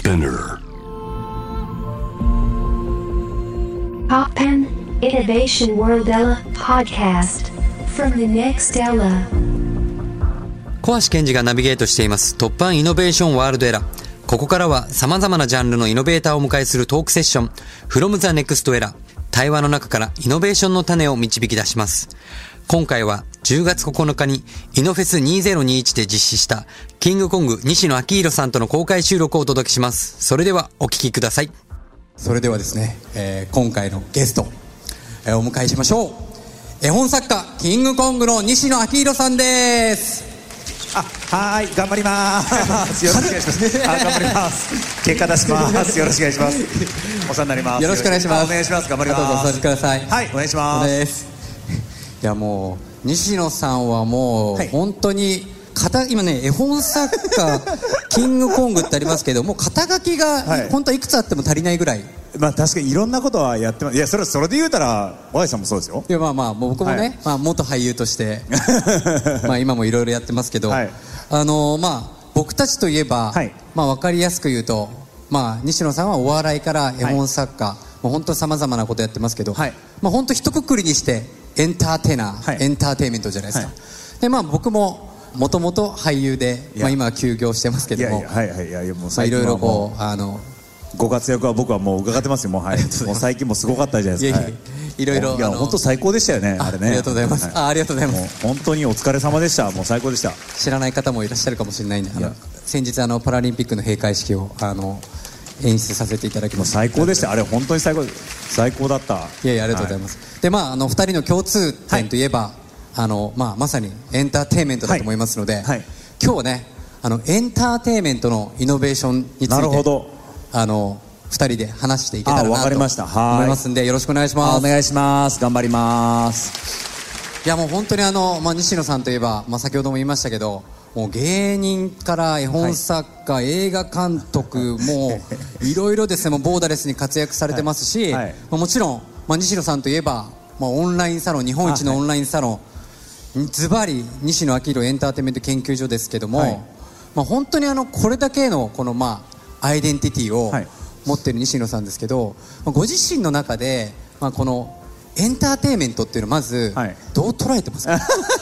Spinner Poppen Innovation World Ella Podcast from the next Ella。 小橋健二がナビゲートしています突破イノベーションワールドエラー。ここからは様々なジャンルのイノベーターをお迎えするトークセッション From the Next Era。 対話の中からイノベーションの種を導き出します。今回は10月9日にイノフェス2021で実施したキングコング西野昭弘さんとの公開収録をお届けします。それではお聞きください。それではですね、今回のゲスト、お迎えしましょう。絵本作家キングコングの西野昭弘さんです。 はい、頑張ります。よろしくお願いします。頑張ります。結果出します。よろしくお願いします。お世話になります。 よろしくお願いします。 お願いします。頑張ります。 どうぞお座りください。 はい、お願いします。 いやもう西野さんはもう本当に今ね、絵本作家キングコングってありますけど、もう肩書きが本当はいくつあっても足りないぐらい。 まあ確かにいろんなことはやってます。いや、それで言うたら小橋さんもそうですよ。 いや、まあ僕もね、元俳優として今もいろいろやってますけど、僕たちといえば、分かりやすく言うと、西野さんはお笑いから絵本作家、もう本当さまざまなことやってますけど、本当一括りにしてエンターテイナー、エンターテインメントじゃないですか。で僕ももともと俳優で、今は休業してますけども、いろいろこうご活躍は僕はもう伺ってますよ。もう最近もすごかったじゃないですか。 いろいろ本当最高でしたよね、あれね。 ありがとうございます。ありがとうございます。 本当にお疲れ様でした。もう最高でした。 知らない方もいらっしゃるかもしれないんで、先日パラリンピックの閉会式を演出させていただきました。 最高でした。あれ本当に最高だった。 いやいや、ありがとうございます。で2人の共通点といえば、まさにエンターテインメントだと思いますので、今日はね、エンターテインメントのイノベーションについて、なるほど、2人で話していけたらなと思いますんで、よろしくお願いします。 お願いします。頑張ります。 いやもう本当に西野さんといえば、先ほども言いましたけど、もう芸人から絵本作家、映画監督、もういろいろですね、もうボーダレスに活躍されてますし、もちろん、西野さんといえば、オンラインサロン、日本一のオンラインサロン、ズバリ西野昭弘エンターテインメント研究所ですけども、本当にこれだけのこのアイデンティティを持っている西野さんですけど、ご自身の中で、このエンターテインメントっていうのをまずどう捉えてますか？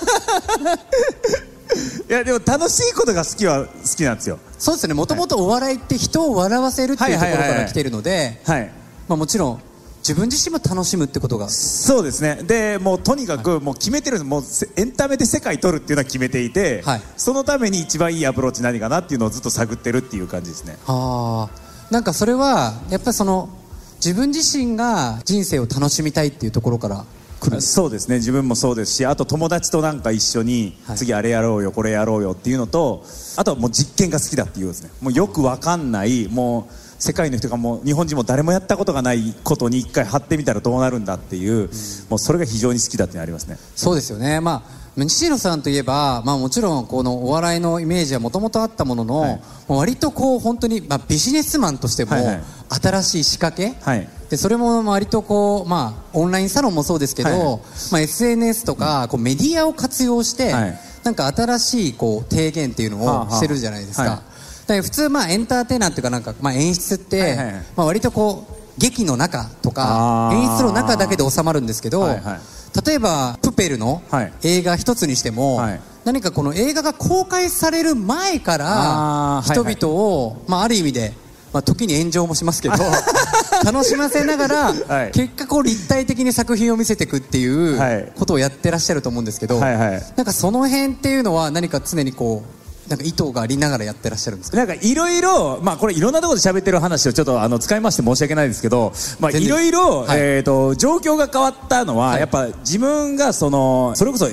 いやでも楽しいことが好きなんですよ。 そうですね。もともとお笑いって人を笑わせるっていうところから来ているので、もちろん自分自身も楽しむってことが。 そうですね。でもうとにかくもう決めてる、もうエンタメで世界取るっていうのは決めていて、そのために一番いいアプローチ何かなっていうのをずっと探ってるっていう感じですね。 なんかそれはやっぱり自分自身が人生を楽しみたいっていうところから来る。 そうですね。自分もそうですし、あと友達となんか一緒に次あれやろうよこれやろうよっていうのと、あとはもう実験が好きだっていうですね。もうよくわかんないもう世界の人がもう日本人も誰もやったことがないことに一回貼ってみたらどうなるんだっていう、もうそれが非常に好きだっていうのありますね。 そうですよね。西野さんといえば、もちろんこのお笑いのイメージはもともとあったものの、割とこう本当にビジネスマンとしても新しい仕掛け、でそれも割とこうオンラインサロンもそうですけど、SNS とかこうメディアを活用して、なんか新しいこう提言っていうのをしてるじゃないですか。普通エンターテイナーっていうかなんか演出って割とこう劇の中とか演出の中だけで収まるんですけど、例えばプペルの映画一つにしても、何かこの映画が公開される前から人々をある意味で時に炎上もしますけど楽しませながら結果こう立体的に作品を見せていくっていうことをやってらっしゃると思うんですけど、なんかその辺っていうのは何か常にこうなんか意図がありながらやってらっしゃるんですか？ なんかいろいろ、これいろんなところで喋ってる話をちょっと使いまして申し訳ないですけど、いろいろ状況が変わったのは、やっぱ自分がそれこそ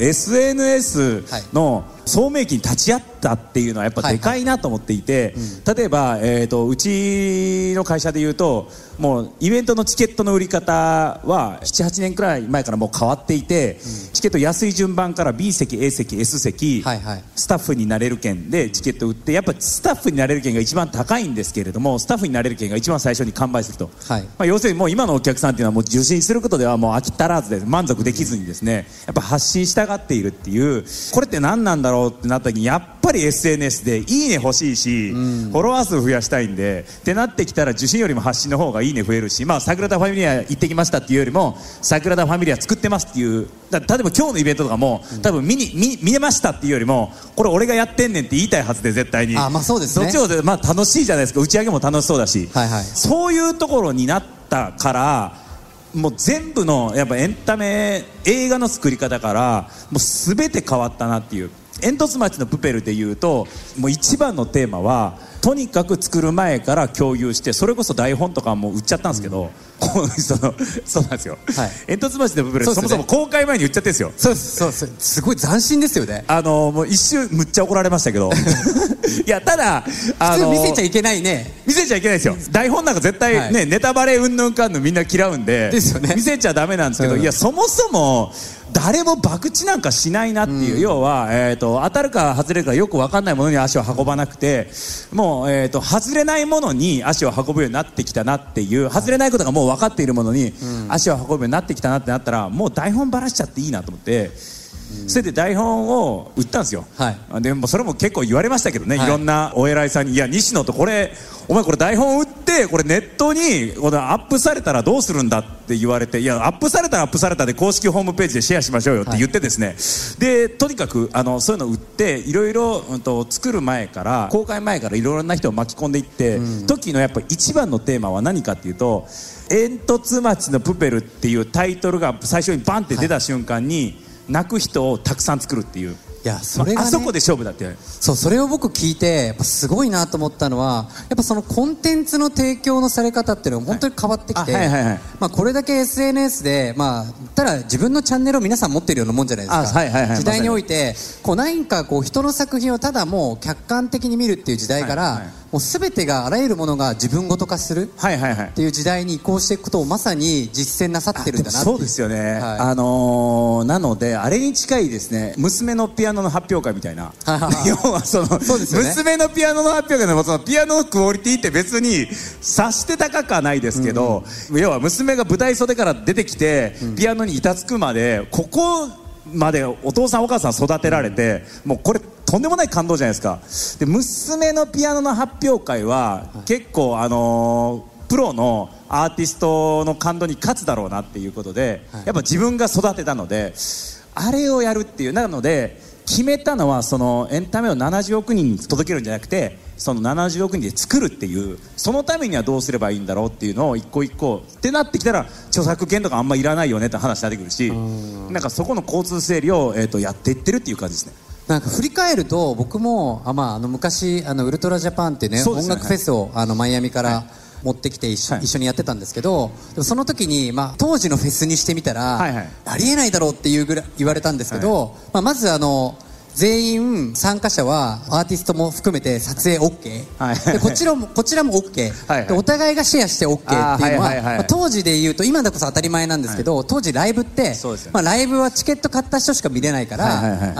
SNS の聡明期に立ち会ったっていうのはやっぱでかいなと思っていて、例えばうちの会社でいうともうイベントのチケットの売り方は 7,8 年くらい前からもう変わっていて、チケット安い順番から B 席 A 席 S 席、スタッフになれる券でチケット売って、やっぱスタッフになれる券が一番高いんですけれども、スタッフになれる券が一番最初に完売すると、要するにもう今のお客さんっていうのはもう受信することではもう飽き足らずで満足できずにですね、やっぱ発信したがっているっていう、これって何なんだろうろうってなった時にやっぱり SNS でいいね欲しいし、フォロワー数増やしたいんでってなってきたら受信よりも発信の方がいいね増えるし、まあサグラダ・ファミリア行ってきましたっていうよりもサグラダ・ファミリア作ってますっていう、例えば今日のイベントとかも多分見れましたっていうよりもこれ俺がやってんねんって言いたいはずで、絶対にまあそうですね、 そっちをまあ楽しいじゃないですか、打ち上げも楽しそうだし、 はいはい、 そういうところになったからもう全部のやっぱエンタメ映画の作り方からもう全て変わったなっていう。煙突町のプペルでいうともう一番のテーマはとにかく作る前から共有して、それこそ台本とかも売っちゃったんですけど、そうなんですよ、はい、煙突町のプペル、そもそも公開前に売っちゃってるんですよ。 そうです、すごい斬新ですよね。 もう一瞬むっちゃ怒られましたけどいやただ普通見せちゃいけないね、 見せちゃいけないですよ。台本なんか絶対ね、はい、ネタバレうんぬんかんぬんみんな嫌うんでですよね、 見せちゃダメなんですけど、いやそもそも誰も博打なんかしないなっていう、要は、当たるか外れるかよく分かんないものに足を運ばなくて、もう、外れないものに足を運ぶようになってきたなっていう、外れないことがもう分かっているものに足を運ぶようになってきたなってなったら、もう台本ばらしちゃっていいなと思って、それで台本を売ったんですよ、はい、でもそれも結構言われましたけどね、はい、いろんなお偉いさんに、いや西野とお前これ台本売ってこれネットにこれアップされたらどうするんだって言われて、いやアップされたらアップされたで公式ホームページでシェアしましょうよって言ってですね、はい、でとにかくそういうのを売っていろいろ作る前から公開前からいろいろな人を巻き込んでいって、時のやっぱ一番のテーマは何かっていうと、煙突町のプペルっていうタイトルが最初にバンって出た瞬間に、はい、泣く人をたくさん作るっていう、 いやそれがね、 あそこで勝負だって。 それを僕聞いてやっぱすごいなと思ったのは、やっぱそのコンテンツの提供のされ方っていうのが本当に変わってきて、これだけ SNS でただ自分のチャンネルを皆さん持ってるようなもんじゃないですか、時代において何か人の作品をただもう客観的に見るっていう時代から、もう全てがあらゆるものが自分ごと化するっていう時代に移行していくことをまさに実践なさってるんだなっていう。 そうですよね、はい、なのであれに近いですね、娘のピアノの発表会みたいな要はそうですよね、娘のピアノの発表会でもそのピアノのクオリティって別に察して高くはないですけど、要は娘が舞台袖から出てきて、ピアノに板つくまでここまでお父さんお母さん育てられて、もうこれとんでもない感動じゃないですか。で娘のピアノの発表会は結構プロのアーティストの感動に勝つだろうなっていうことで、やっぱ自分が育てたのであれをやるっていう。なので決めたのはそのエンタメを70億人に届けるんじゃなくて、その70億人で作るっていう、そのためにはどうすればいいんだろうっていうのを一個一個ってなってきたら、著作権とかあんまいらないよねって話になってくるし、なんかそこの交通整理を、やっていってるっていう感じですね。 なんか振り返ると僕も昔ウルトラジャパンってね、音楽フェスをマイアミから持ってきて一緒にやってたんですけど、でもその時に、当時のフェスにしてみたら、ありえないだろうっていうぐらい言われたんですけど、まず全員参加者はアーティストも含めて撮影 OK、でこちらも OK、でお互いがシェアして OK っていうのは、当時で言うと今だこそ当たり前なんですけど、当時ライブって、ライブはチケット買った人しか見れないから、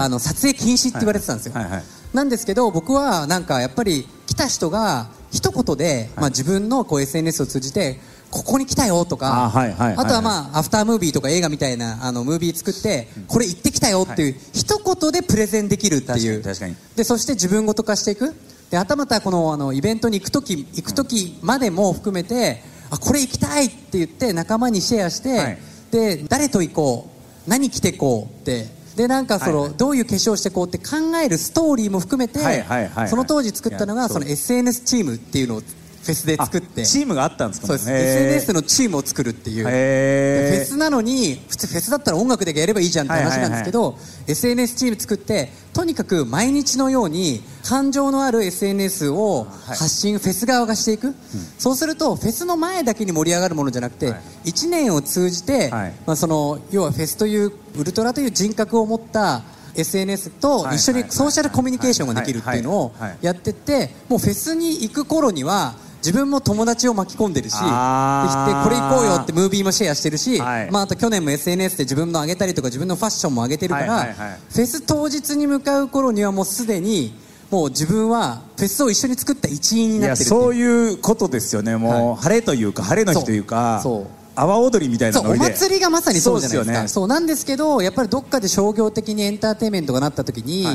撮影禁止って言われてたんですよ、なんですけど僕はなんかやっぱり来た人が一言で、自分のSNS を通じてここに来たよとか、あとはアフタームービーとか映画みたいなムービー作って、これ行ってきたよっていう一言でプレゼンできるっていう。でそして自分ごと化していく。ではたまたこのイベントに行く時までも含めて、これ行きたいって言って仲間にシェアして、で誰と行こう、何着てこうって、でなんかどういう化粧してこうって考えるストーリーも含めて、その当時作ったのがその SNS チームっていうのをフェスで作って、 チームがあったんですか。 そうです、SNS のチームを作るっていう。フェスなのに普通フェスだったら音楽だけやればいいじゃんって話なんですけど、SNS チーム作ってとにかく毎日のように感情のある SNS を発信、フェス側がしていく、そうするとフェスの前だけに盛り上がるものじゃなくて、1年を通じて、要はフェスというウルトラという人格を持ったSNS と一緒にソーシャルコミュニケーションができるっていうのをやってって、もうフェスに行く頃には自分も友達を巻き込んでるし、でこれ行こうよってムービーもシェアしてるし、あと去年も SNS で自分の上げたりとか自分のファッションも上げてるから、フェス当日に向かう頃にはもうすでにもう自分はフェスを一緒に作った一員になってるっていう。 そういうことですよね。もう晴れというか晴れの日というか、阿波踊りみたいなノリで、 お祭りがまさにそうじゃないですか。そうなんですけど、やっぱりどっかで商業的にエンターテインメントがなった時に、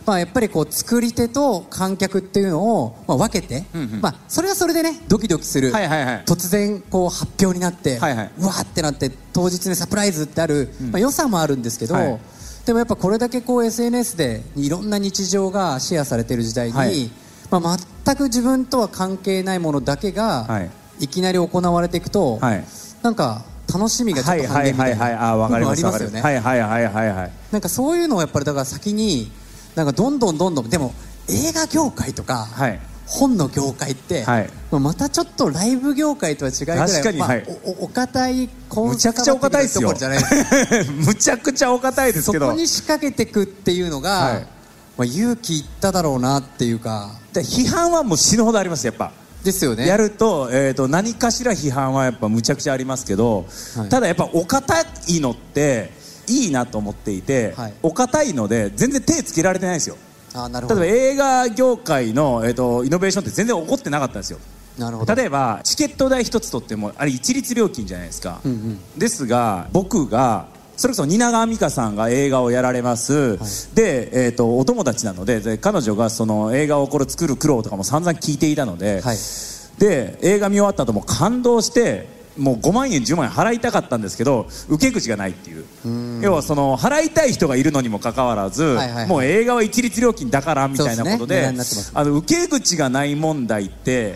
まあ、やっぱりこう作り手と観客っていうのをまあ分けて、まあ、それはそれでねドキドキする、突然こう発表になって、うわーってなって当日にサプライズってある、まあ、良さもあるんですけど、でもやっぱこれだけこう SNS でいろんな日常がシェアされている時代に、まあ、全く自分とは関係ないものだけがいきなり行われていくと、なんか楽しみがちょっと半減みたいな部分ありますよね。なんかそういうのをやっぱりだから先になんかどんどんでも映画業界とか、本の業界って、またちょっとライブ業界とは違うぐらい、 確かに、 まあ、お堅いむちゃくちゃお堅いですよ。むちゃくちゃお堅いですけど、 そこに仕掛けていくっていうのが、まあ、勇気いっただろうなっていうか。 批判はもう死ぬほどありますやっぱ。 ですよね。 やると、何かしら批判はやっぱむちゃくちゃありますけど、ただやっぱお堅いのっていいなと思っていて、お堅いので全然手つけられてないんですよ。 なるほど。 例えば映画業界の、イノベーションって全然起こってなかったんですよ。なるほど。例えばチケット代一つ取ってもあれ一律料金じゃないですか、ですが僕がそれこそ蜷川実花さんが映画をやられます、で、お友達なので彼女がその映画をこれ作る苦労とかも散々聞いていたので、で映画見終わった後も感動してもう5万円10万円払いたかったんですけど受け口がないっていう、要はその払いたい人がいるのにもかかわらず、もう映画は一律料金だからみたいなことで、受け口がない問題って、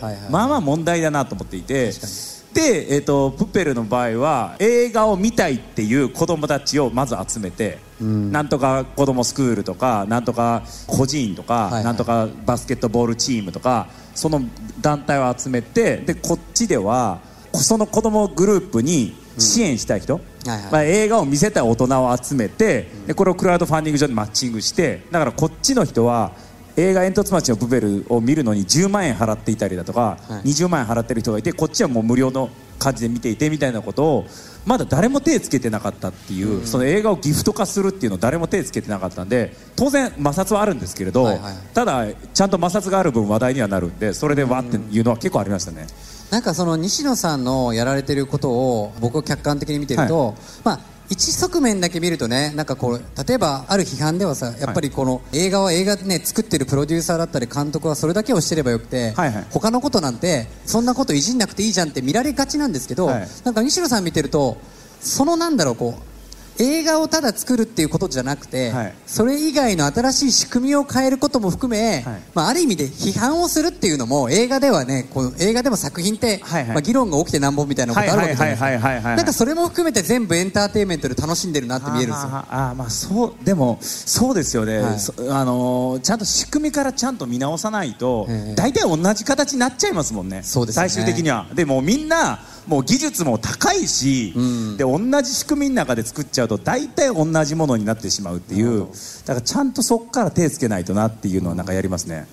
まあまあ問題だなと思っていて、で、プッペルの場合は映画を見たいっていう子供たちをまず集めて、なんとか子供スクールとかなんとか孤児院とか、なんとかバスケットボールチームとかその団体を集めて、でこっちではその子供グループに支援したい人、映画を見せたい大人を集めて、でこれをクラウドファンディング上でマッチングして、だからこっちの人は映画煙突町のプペルを見るのに10万円払っていたりだとか、20万円払ってる人がいて、こっちはもう無料の感じで見ていてみたいなことをまだ誰も手つけてなかったっていう、その映画をギフト化するっていうのを誰も手つけてなかったんで、当然摩擦はあるんですけれど、ただちゃんと摩擦がある分話題にはなるんで、それでわっていうのは結構ありましたね。 なんかその西野さんのやられてることを僕は客観的に見てると、まあ一側面だけ見るとね、なんかこう例えばある批判ではさ、やっぱりこの映画は映画でね作ってるプロデューサーだったり監督はそれだけをしてればよくて、他のことなんてそんなこといじんなくていいじゃんって見られがちなんですけど、なんか西野さん見てるとそのなんだろう、こう映画をただ作るっていうことじゃなくて、それ以外の新しい仕組みを変えることも含め、まあ、ある意味で批判をするっていうのも映画ではね、この映画でも作品って、まあ、議論が起きてなんぼみたいなことあるわけじゃないですか。なんかそれも含めて全部エンターテインメントで楽しんでるなって見えるんですよ。 まあそうでもそうですよね、ちゃんと仕組みからちゃんと見直さないと大体同じ形になっちゃいますもんね、最終的には。でもみんなもう技術も高いし、で同じ仕組みの中で作っちゃうと大体同じものになってしまうっていう、だからちゃんとそこから手つけないとなっていうのはなんかやりますね。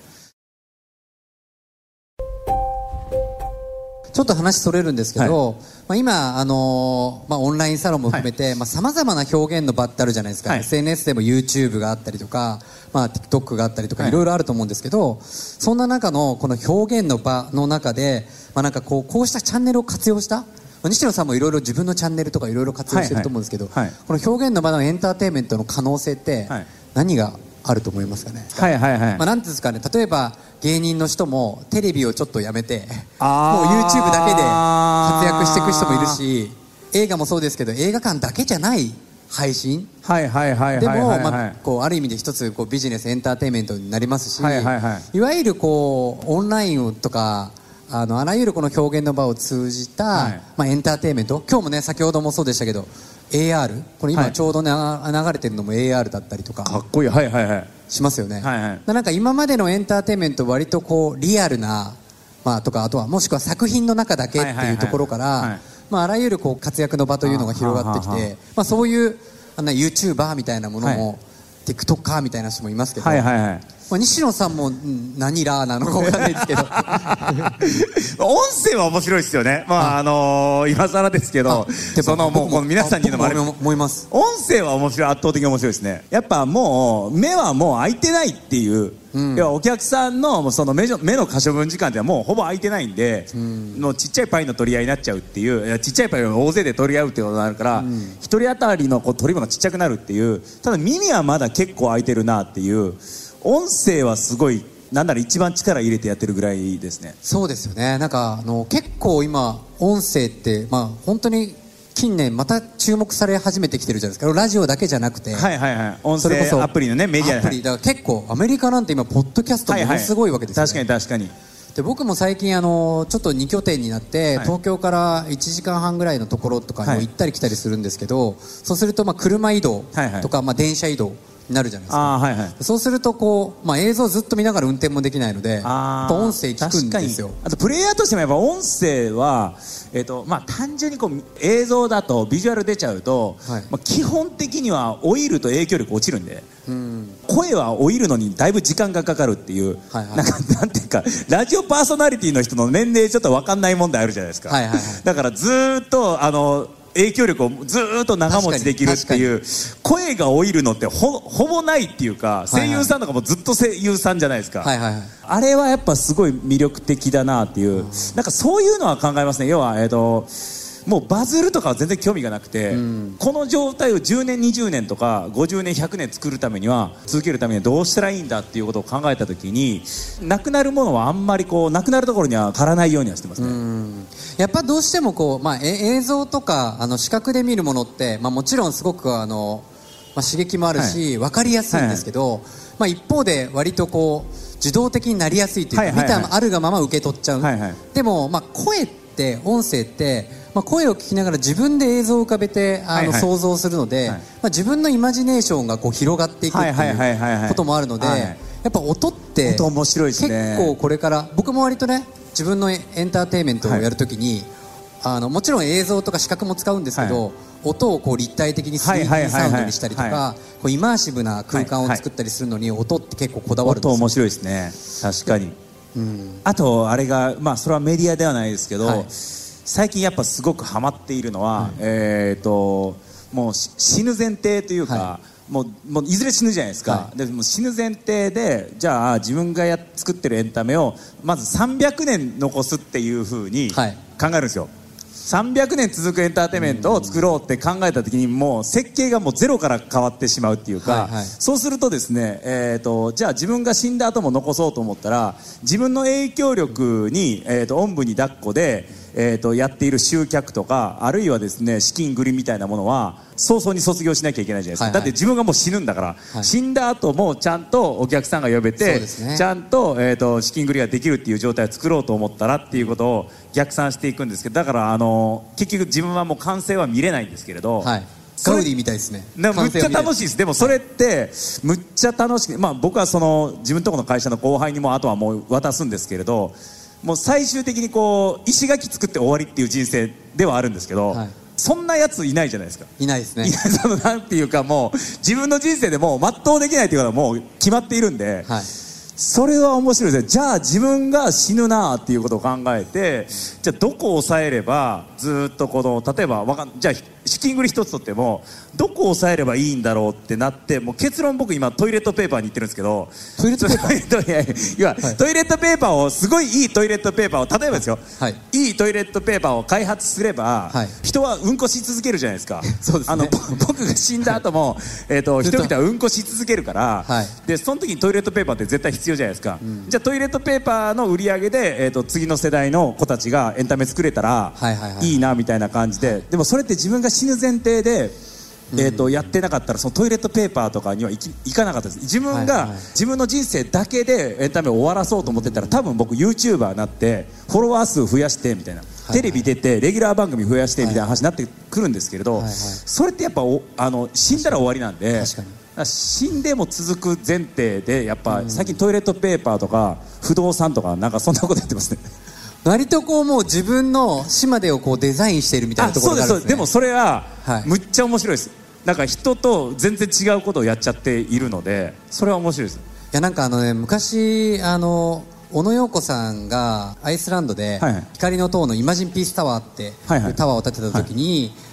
ちょっと話それるんですけど、まあ、今、まあ、オンラインサロンも含めてさまざ、まな表現の場ってあるじゃないですか、SNS でも YouTube があったりとか、まあ、TikTok があったりとかいろいろあると思うんですけど、そんな中のこの表現の場の中で、まあ、なんかこうしたチャンネルを活用した、西野さんもいろいろ自分のチャンネルとかいろいろ活用してると思うんですけど、この表現の場のエンターテインメントの可能性って何があると思いますかね。まあ、なんていうんですかね、例えば芸人の人もテレビをちょっとやめてもう YouTube だけで活躍していく人もいるし、映画もそうですけど映画館だけじゃない配信でも、まあ、こうある意味で一つこうビジネスエンターテインメントになりますし、いわゆるこうオンラインとかあらゆるこの表現の場を通じた、まあ、エンターテインメント、今日もね先ほどもそうでしたけど AR、 これ今ちょうど、ね流れてるのも AR だったりとかかっこいいしますよね。なんか今までのエンターテインメント割とこうリアルな、まあ、とかあとはもしくは作品の中だけっていうところから、まあ、あらゆるこう活躍の場というのが広がってきて、まあ、そういうYouTuber みたいなものも、TikToker みたいな人もいますけど、まあ、西野さんも何ラーなのか分かんないですけど音声は面白いですよね。まあ今更ですけど、そのもうこの皆さんに言うのもあれ思います。 音声は面白い、圧倒的に面白いですね。やっぱもう目はもう開いてないっていう、要はお客さんのその目の可処分時間ではもうほぼ開いてないんで、のちっちゃいパイの取り合いになっちゃうっていう、ちっちゃいパイを大勢で取り合うっていうことになるから、一人当たりのこう取り分がちっちゃくなるっていう。ただ耳はまだ結構開いてるなっていう。 音声はすごいなんなら一番力入れてやってるぐらいですね。 そうですよね。なんか結構今音声って、本当に近年また注目され始めてきてるじゃないですか。ラジオだけじゃなくて、 音声アプリのね、メディアアプリだから結構アメリカなんて今ポッドキャストものすごいわけですよね。 確かにで僕も最近ちょっと2拠点になって、東京から1時間半ぐらいのところとかに行ったり来たりするんですけど、そうすると車移動とか、電車移動になるじゃないですか。そうすると映像ずっと見ながら運転もできないので、やっぱ音声聞くんですよ。 あとプレイヤーとしてもやっぱ音声は、単純に映像だとビジュアル出ちゃうと、基本的には老いると影響力落ちるんで、声は老いるのにだいぶ時間がかかるっていう、なんていうかラジオパーソナリティの人の年齢ちょっと分かんない問題あるじゃないですか。だからずーっと影響力をずーっと長持ちできるっていう、声が老いるのってほぼないっていうか、声優さんとかもずっと声優さんじゃないですか。あれはやっぱすごい魅力的だなっていう、なんかそういうのは考えますね。要はもうバズるとかは全然興味がなくて、この状態を10年20年とか50年100年作るためには、続けるためにはどうしたらいいんだっていうことを考えた時に、なくなるものはあんまりなくなるところには駆らないようにはしてますね。 やっぱどうしても映像とか視覚で見るものって、もちろんすごく刺激もあるし、分かりやすいんですけど、一方で割と受動的になりやすいというか、見たあるがまま受け取っちゃう。でも声って音声って声を聞きながら自分で映像を浮かべて想像するので、自分のイマジネーションが広がっていくっていうこともあるので、やっぱ音って面白いですね。 結構これから僕も割とね、自分のエンターテインメントをやるときに、もちろん映像とか視覚も使うんですけど、音を立体的に 3D サウンドにしたりとか、イマーシブな空間を作ったりするのに音って結構こだわるんですよ。 音面白いですね。確かに。あとあれがそれはメディアではないですけど、最近やっぱすごくハマっているのは、もう死ぬ前提というか、もういずれ死ぬじゃないですか。でも死ぬ前提で、じゃあ自分が作ってるエンタメをまず300年残すっていう風に考えるんですよ。300年続くエンターテインメントを作ろうって考えた時に、もう設計がもうゼロから変わってしまうっていうか、そうするとですね、じゃあ自分が死んだ後も残そうと思ったら、自分の影響力に、おんぶに抱っこでやっている集客とか、あるいはですね資金繰りみたいなものは早々に卒業しなきゃいけないじゃないですか。だって自分がもう死ぬんだから、死んだ後もちゃんとお客さんが呼べて、ちゃんと、資金繰りができるっていう状態を作ろうと思ったらっていうことを逆算していくんですけど、だから結局自分はもう完成は見れないんですけれど、 ガウディみたいですね。 むっちゃ楽しいです。でもそれってむっちゃ楽しく、僕は自分とこの会社の後輩にもあとはもう渡すんですけれど、もう最終的に石垣作って終わりっていう人生ではあるんですけど、そんなやついないじゃないですか。 いないですね。 なんていうか、もう自分の人生でもう全うできないということはもう決まっているんで、それは面白いですね。じゃあ自分が死ぬなっていうことを考えて、じゃあどこを抑えればずっと例えばじゃあ資金繰り一つとってもどこを抑えればいいんだろうってなって、もう結論僕今トイレットペーパーに行ってるんですけど、 トイレットペーパートイレットペーパーをすごいいいトイレットペーパーを、例えばですよ、いいトイレットペーパーを開発すれば、人はうんこし続けるじゃないですか。 そうですね。 僕が死んだ後も人々はうんこし続けるから、でその時にトイレットペーパーって絶対必要じゃないですか。じゃあトイレットペーパーの売り上げで、次の世代の子たちがエンタメ作れたらいいなみたいな感じで、でもそれって自分が死ぬ前提でやってなかったら、そのトイレットペーパーとかには行かなかったです。自分が自分の人生だけでエンタメを終わらそうと思ってたら、多分僕 YouTuber になってフォロワー数増やしてみたいな、テレビ出てレギュラー番組増やしてみたいな話になってくるんですけれど、それってやっぱ死んだら終わりなんで、死んでも続く前提で、やっぱ最近トイレットペーパーとか不動産とかなんかそんなことやってますね。 割ともう自分の死までをデザインしているみたいなところがあるんですね。 でもそれはむっちゃ面白いです。なんか人と全然違うことをやっちゃっているので、それは面白いです。いや、なんか昔小野洋子さんがアイスランドで光の塔のイマジンピースタワーっていうタワーを建てた時に、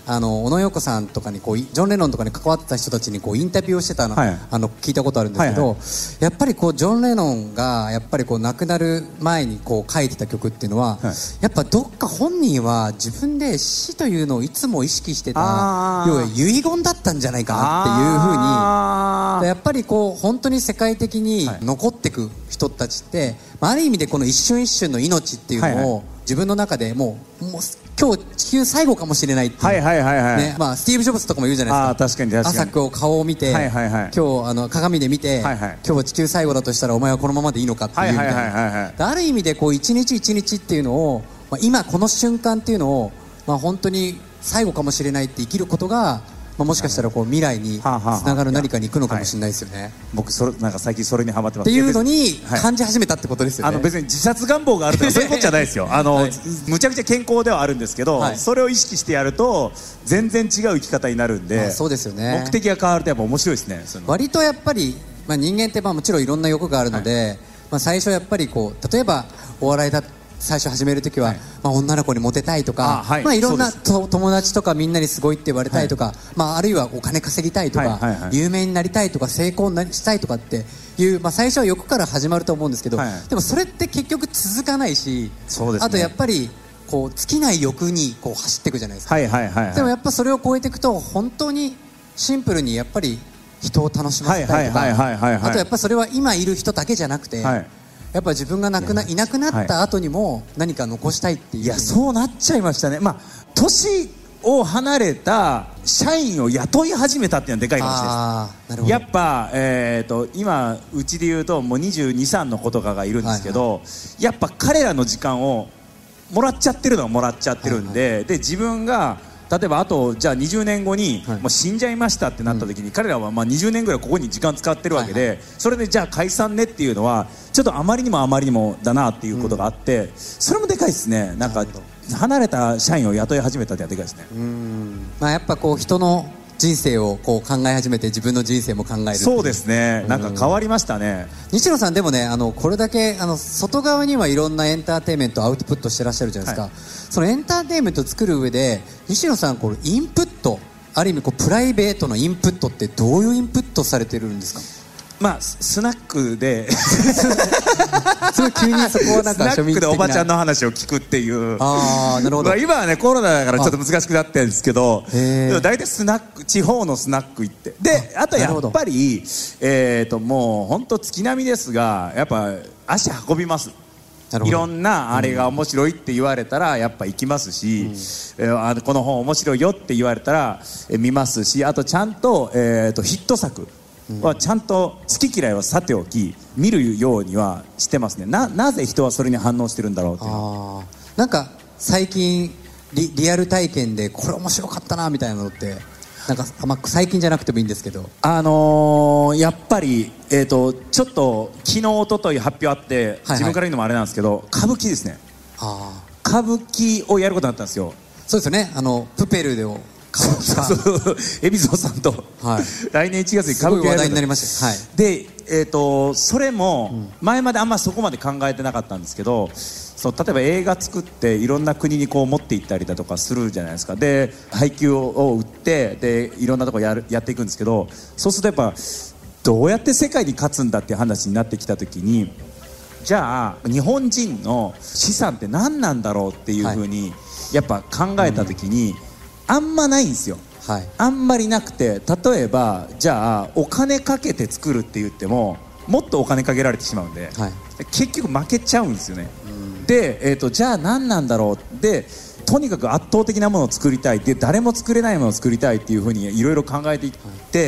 小野洋子さんとかにこうジョン・レノンとかに関わってた人たちにこうインタビューをしてたの、 はい、 聞いたことあるんですけど、やっぱりこうジョン・レノンがやっぱりこう亡くなる前にこう書いてた曲っていうのは、やっぱどっか本人は自分で死というのをいつも意識してた、要は遺言だったんじゃないかなっていうふうに、やっぱりこう本当に世界的に残っていく人たちって、ある意味でこの一瞬一瞬の命っていうのを自分の中でもう今日地球最後かもしれないっていう、スティーブ・ジョブズとかも言うじゃないですか。朝こう顔を見て、今日鏡で見て、今日は地球最後だとしたらお前はこのままでいいのかっていうみたいな、ある意味でこう一日一日っていうのを、今この瞬間っていうのを、本当に最後かもしれないって生きることが、もしかしたらこう未来につながる何かに行くのかもしれないですよね。 僕なんか最近それにハマってますっていうのに感じ始めたってことですよね。 別に自殺願望があるとかそういうことじゃないですよ。むちゃくちゃ健康ではあるんですけど、それを意識してやると全然違う生き方になるんで、 そうですよね。 目的が変わるとやっぱ面白いですね。 割とやっぱり、人間ってもちろんいろんな欲があるので、最初やっぱりこう例えばお笑いだ最初始めるときは、女の子にモテたいとか、いろんな友達とかみんなにすごいって言われたいとか、あるいはお金稼ぎたいとか、有名になりたいとか成功したいとかっていう、最初は欲から始まると思うんですけど、でもそれって結局続かないし、あとやっぱりこう尽きない欲にこう走っていくじゃないですか。でもやっぱそれを超えていくと本当にシンプルにやっぱり人を楽しませたいとか、あとやっぱそれは今いる人だけじゃなくて、やっぱ自分がいなくなった後にも何か残したいっていう。 いや、そうなっちゃいましたね。年を離れた社員を雇い始めたっていうのはでかいかもしれないです。やっぱ、今うちで言うともう22、3の子とかがいるんですけど、やっぱ彼らの時間をもらっちゃってるのはもらっちゃってるんで、で自分が例えばあとじゃあ20年後にもう死んじゃいましたってなった時に、彼らは20年ぐらいここに時間使ってるわけで、それでじゃあ解散ねっていうのはちょっとあまりにもだなっていうことがあって、それもでかいですね。なんか離れた社員を雇い始めたってのはでかいですね。 やっぱこう人の人生をこう考え始めて自分の人生も考える。 そうですね。なんか変わりましたね。 西野さんでもね、これだけ外側にはいろんなエンターテインメントアウトプットしてらっしゃるじゃないですか。そのエンターテインメントを作る上で西野さんこれインプット、ある意味こうプライベートのインプットってどういうインプットされてるんですか？ スナックですごい急にそこはなんかスナックでおばちゃんの話を聞くっていう。 なるほど。 今はねコロナだからちょっと難しくなってるんですけど、大体スナック、地方のスナック行って、であとやっぱりもう本当月並みですが、やっぱ足運びます。いろんなあれが面白いって言われたらやっぱ行きますし、この本面白いよって言われたら見ますし、あとちゃんとヒット作はちゃんと好き嫌いはさておき見るようにはしてますね。なぜ人はそれに反応してるんだろうっていうの。 なんか最近リアル体験でこれ面白かったなみたいなのってなんか最近じゃなくてもいいんですけど、 やっぱりちょっと昨日一昨日発表あって、自分から言うのもあれなんですけど、歌舞伎ですね。歌舞伎をやることになったんですよ。 そうですよね。プペルでを海老蔵さんと、来年1月に歌舞伎をやることになりました。で、それも前まであんまそこまで考えてなかったんですけど、例えば映画作っていろんな国にこう持って行ったりだとかするじゃないですか。で配給を売ってでいろんなとこやっていくんですけど、そうするとやっぱどうやって世界に勝つんだっていう話になってきた時に、じゃあ日本人の資産って何なんだろうっていうふうにやっぱ考えた時に、あんまないんですよ。あんまりなくて、例えばじゃあお金かけて作るって言ってももっとお金かけられてしまうんで、結局負けちゃうんですよね。で、じゃあ何なんだろう。でとにかく圧倒的なものを作りたいで、誰も作れないものを作りたいっていうふうにいろいろ考えていって、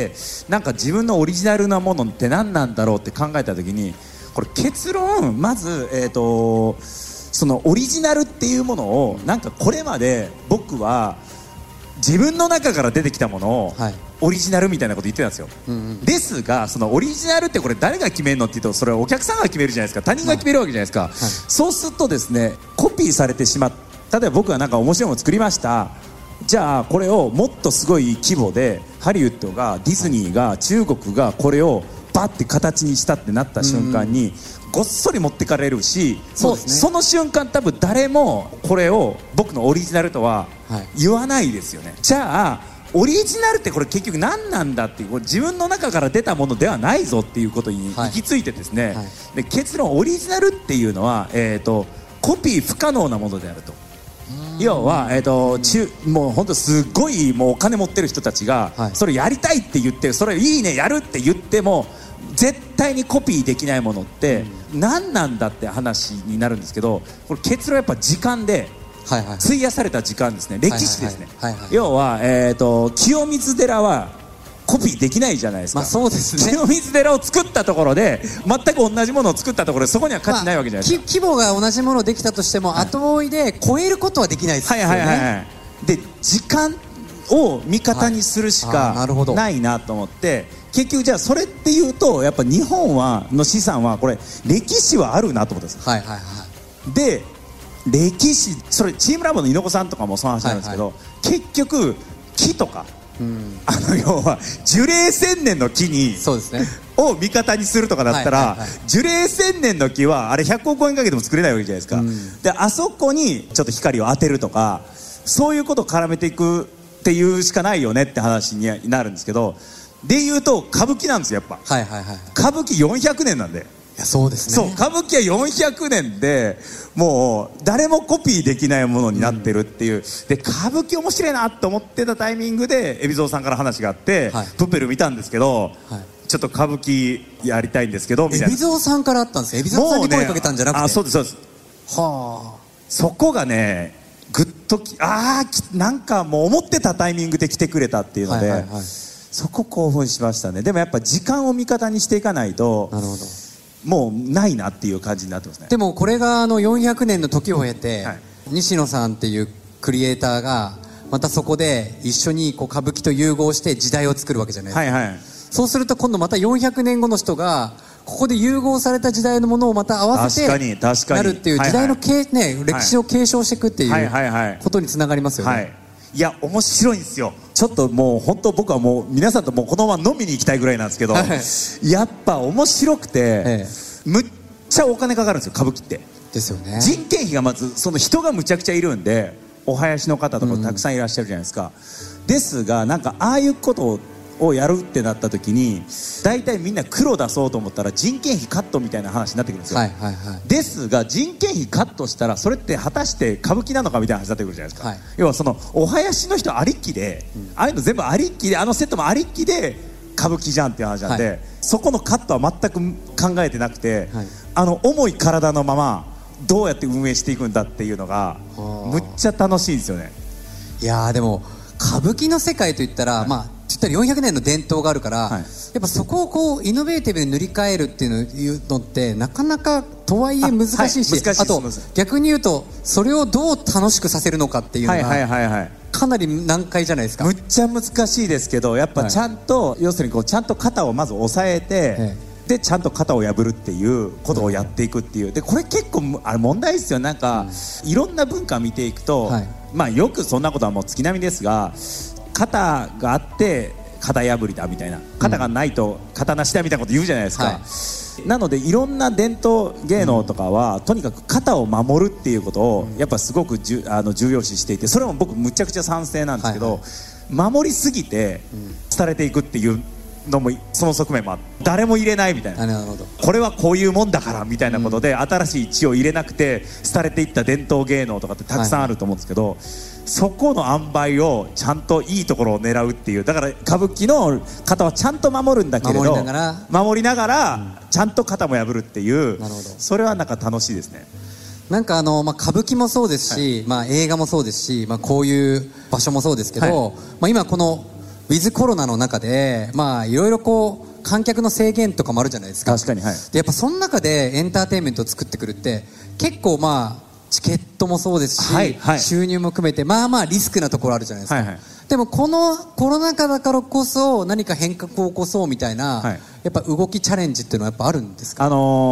なんか自分のオリジナルなものって何なんだろうって考えた時に、これ結論まずそのオリジナルっていうものをなんかこれまで僕は自分の中から出てきたものをオリジナルみたいなこと言ってたんですよ。ですがそのオリジナルってこれ誰が決めるのって言うと、それはお客さんが決めるじゃないですか。他人が決めるわけじゃないですか。そうするとですね、コピーされてしまう。例えば僕がなんか面白いものを作りました。じゃあこれをもっとすごい規模でハリウッドがディズニーが中国がこれをバッて形にしたってなった瞬間に、 ごっそり持ってかれるし、 そうですね、 その瞬間多分誰もこれを僕のオリジナルとは言わないですよね、じゃあオリジナルってこれ結局何なんだっていう、これ自分の中から出たものではないぞっていうことに行き着いてですね、で結論オリジナルっていうのは、コピー不可能なものであると。要は、もう本当すごいもうお金持ってる人たちが、それやりたいって言ってそれいいねやるって言っても絶対にコピーできないものって何なんだって話になるんですけど、これ結論はやっぱ時間で費やされた時間ですね、歴史ですね。要は、清水寺はコピーできないじゃないですか。 そうですね、 清水寺を作ったところで全く同じものを作ったところでそこには価値ないわけじゃないですか、 規模が同じものできたとしても、後追いで超えることはできないですよね。 で時間を味方にするしかないなと思って、結局じゃあそれっていうとやっぱ日本の資産はこれ歴史はあるなと思ったんです、で歴史、それチームラボの猪子さんとかもその話なんですけど、結局木とか、要は樹齢1000年の木にを味方にするとかだったら、樹齢1000年の木はあれ100億円かけても作れないわけじゃないですか、であそこにちょっと光を当てるとかそういうことを絡めていくっていうしかないよねって話になるんですけど、でいうと歌舞伎なんですよ、やっぱ、歌舞伎400年なんで。 いやそうですね、 そう歌舞伎は400年でもう誰もコピーできないものになってるっていう、で歌舞伎面白いなと思ってたタイミングで海老蔵さんから話があって、プペル見たんですけど、ちょっと歌舞伎やりたいんですけどみたいな。 海老蔵さんからあったんですよ。海老蔵さんに声かけたんじゃなくて、 そうですそうです。そこがねグッとなんかもう思ってたタイミングで来てくれたっていうので、そこ興奮しましたね。でもやっぱ時間を味方にしていかないと、なるほど、もうないなっていう感じになってますね。 でもこれが400年の時を経て、西野さんっていうクリエイターがまたそこで一緒に歌舞伎と融合して時代を作るわけじゃないですか、そうすると今度また400年後の人がここで融合された時代のものをまた合わせてなるっていう時代の歴史を継承していくっていうことにつながりますよね。 いや面白いんですよ。ちょっともう本当僕はもう皆さんともうこのまま飲みに行きたいぐらいなんですけど、やっぱ面白くて、むっちゃお金かかるんですよ歌舞伎って。 ですよね。 人件費がまずその人がむちゃくちゃいるんで、お囃子の方とかたくさんいらっしゃるじゃないですか、ですがなんかああいうことをやるってなった時に大体みんな黒出そうと思ったら人件費カットみたいな話になってくるんですよ、ですが人件費カットしたらそれって果たして歌舞伎なのかみたいな話になってくるじゃないですか、要はそのお囃子の人ありきで、ああいうの全部ありきで、あのセットもありきで歌舞伎じゃんっていう話なんで、そこのカットは全く考えてなくて、重い体のままどうやって運営していくんだっていうのがむっちゃ楽しいですよね。 いやでも歌舞伎の世界といったら、言ったら400年の伝統があるから、やっぱそこをイノベーティブに塗り替えるっていうのってなかなかとはいえ難しいし、あと逆に言うとそれをどう楽しくさせるのかっていうのがかなり難解じゃないですか。 むっちゃ難しいですけど、やっぱちゃんと、要するにちゃんと肩をまず押さえて、でちゃんと肩を破るっていうことをやっていくっていう。でこれ結構問題ですよ。なんか、いろんな文化見ていくと、よくそんなことはもう月並みですが、肩があって肩破りだみたいな、肩がないと肩なしだみたいなこと言うじゃないですか、なのでいろんな伝統芸能とかは、とにかく肩を守るっていうことをやっぱすごく重要視していて、それも僕むちゃくちゃ賛成なんですけど、守りすぎて廃れていくっていうのもその側面もあって、誰も入れないみたいな、これはこういうもんだからみたいなことで、新しい血を入れなくて廃れていった伝統芸能とかってたくさんあると思うんですけど、そこの塩梅をちゃんといいところを狙うっていう。だから歌舞伎の方はちゃんと守るんだけれど、守りながらちゃんと肩も破るっていう、それはなんか楽しいですね。 なんか歌舞伎もそうですし、映画もそうですし、こういう場所もそうですけど、今このウィズコロナの中でいろいろ観客の制限とかもあるじゃないですか。 確かに、でやっぱその中でエンターテインメントを作ってくるって結構チケットもそうですし、収入も含めてリスクなところあるじゃないですか、でもこのコロナ禍だからこそ何か変革を起こそうみたいな、やっぱ動きチャレンジっていうのはやっぱあるんですか。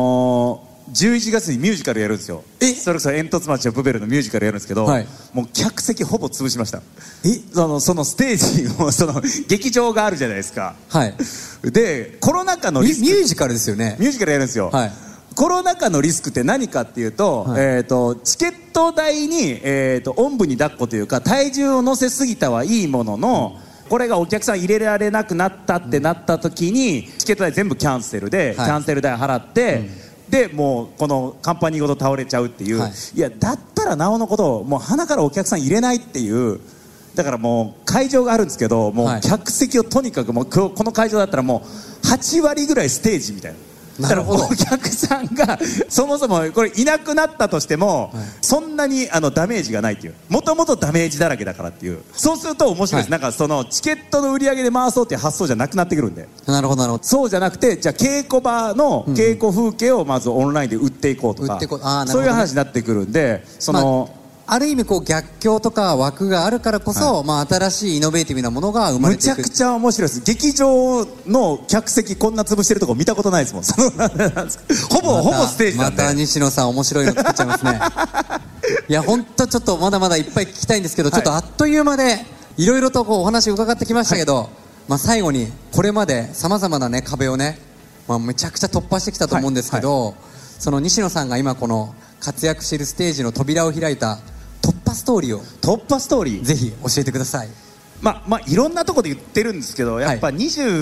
11月にミュージカルやるんですよ。それこそ煙突町のプベルのミュージカルやるんですけど、もう客席ほぼ潰しました。そのステージもその劇場があるじゃないですか、でコロナ禍のリスク、 ミュージカルですよね。 ミュージカルやるんですよ、 コロナ禍のリスクって何かっていうと、はい、チケット代に、おんぶに抱っこというか体重を乗せすぎたはいいものの、これがお客さん入れられなくなったってなった時にチケット代全部キャンセルで、はい、キャンセル代払って、でもうこのカンパニーごと倒れちゃうっていう、はい、いやだったらなおのこともう鼻からお客さん入れないっていう。だからもう会場があるんですけど、もう客席をとにかくもうこの会場だったらもう8割ぐらいステージみたいな。だからお客さんがそもそもこれいなくなったとしても、はい、そんなにダメージがないっていう、もともとダメージだらけだからっていう。そうすると面白いです、はい、なんかそのチケットの売り上げで回そうっていう発想じゃなくなってくるんで。 なるほどなるほど。 そうじゃなくて、じゃあ稽古場の稽古風景をまずオンラインで売っていこうとか、そういう話になってくるんで、その、 ある意味こう逆境とか枠があるからこそ、はい、まあ新しいイノベーティブなものが生まれていく。 むちゃくちゃ面白いです。劇場の客席こんな潰してるとこ見たことないですもん。ほぼステージなんで。 また西野さん面白いの作っちゃいますね。いや本当ちょっとまだまだいっぱい聞きたいんですけど、ちょっとあっという間でいろいろとこうお話伺ってきましたけど、はい、まあ最後にこれまでさまざまなね壁をね、まあ、めちゃくちゃ突破してきたと思うんですけど、はいはい、その西野さんが今この活躍しているステージの扉を開いた突破ストーリーぜひ教えてください。 まあいろんなところで言ってるんですけど、やっぱ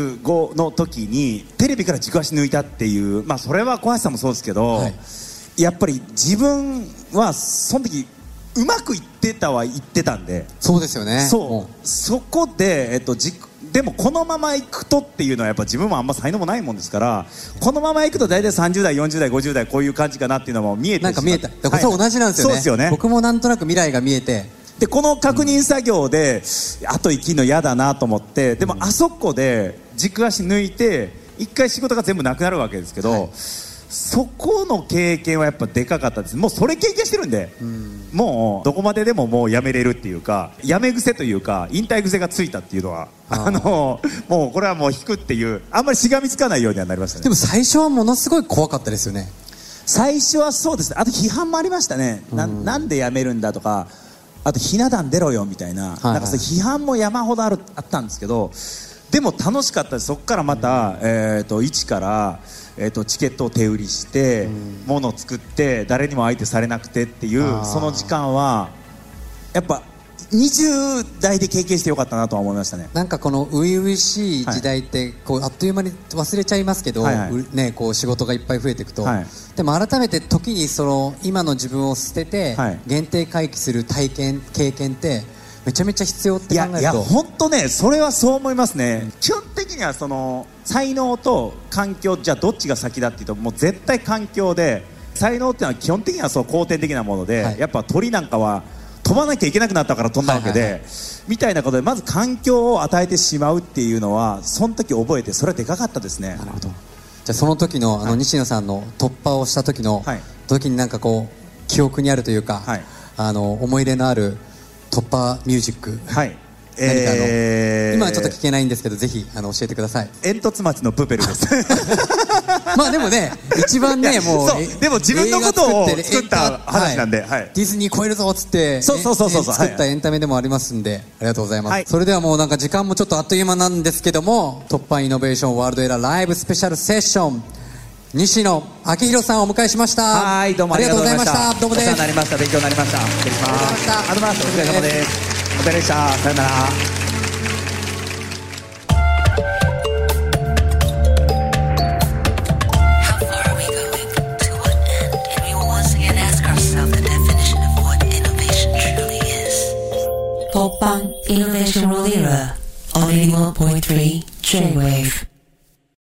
25の時にテレビから軸足抜いたっていう、まあそれは小橋さんもそうですけど、はい、やっぱり自分はその時うまくいってたんで。 そうですよね。 そこででもこのまま行くとっていうのはやっぱ自分もあんま才能もないもんですから、このまま行くと大体30代40代50代こういう感じかなっていうのも見えて、 なんか見えた。だからそう同じなんですよね。そうですよね。僕もなんとなく未来が見えて、 でこの確認作業で、あと生きるの嫌だなと思って、でもあそこで軸足抜いて一回仕事が全部なくなるわけですけど、はい、そこの経験はやっぱでかかったです。もうそれ経験してるんで、もうどこまででももうやめれるっていうか、やめ癖というか引退癖がついたっていうのはもうこれはもう引くっていう、あんまりしがみつかないようにはなりましたね。 でも最初はものすごい怖かったですよね。 最初はそうですね。あと批判もありましたね。なんでやめるんだとか、あとひな壇出ろよみたいな、なんかそう批判も山ほどあったんですけど、でも楽しかったです。そこからまた、一からチケットを手売りして物を作って誰にも相手されなくてっていう、その時間はやっぱ20代で経験してよかったなとは思いましたね。 なんかこの初々しい時代ってこうあっという間に忘れちゃいますけど、ね、こう仕事がいっぱい増えていくと、でも改めて時にその今の自分を捨てて限定回帰する体験経験ってめちゃめちゃ必要って考えると、いや本当ね、それはそう思いますね。基本的にはその才能と環境、じゃあどっちが先だっていうと、もう絶対環境で、才能っていうのは基本的にはそう後天的なもので、やっぱ鳥なんかは飛ばなきゃいけなくなったから飛んだわけで、みたいなことでまず環境を与えてしまうっていうのはその時覚えて、それはでかかったですね。 なるほど。じゃあその時の西野さんの突破をした時になんかこう記憶にあるというか、思い入れのある突破ミュージック、何か今はちょっと聞けないんですけど、ぜひ教えてください。 煙突町のプペルです。 まあでもね、一番ね、もうでも自分のことを作った話なんで、 ディズニー超えるぞっつって作ったエンタメでもありますんで、ありがとうございます。それではもうなんか時間もちょっとあっという間なんですけども、突破イノベーションワールドエラーライブスペシャルセッション、西野昭弘さんをお迎えしました。 はい、どうもありがとうございました。 どうもです。 お世話になりました。勉強になりました。失礼します。ありがとうございました。お疲れ様です。お疲れでした。さよなら。 Poppan Innovation World Era on 81.3 J-Wave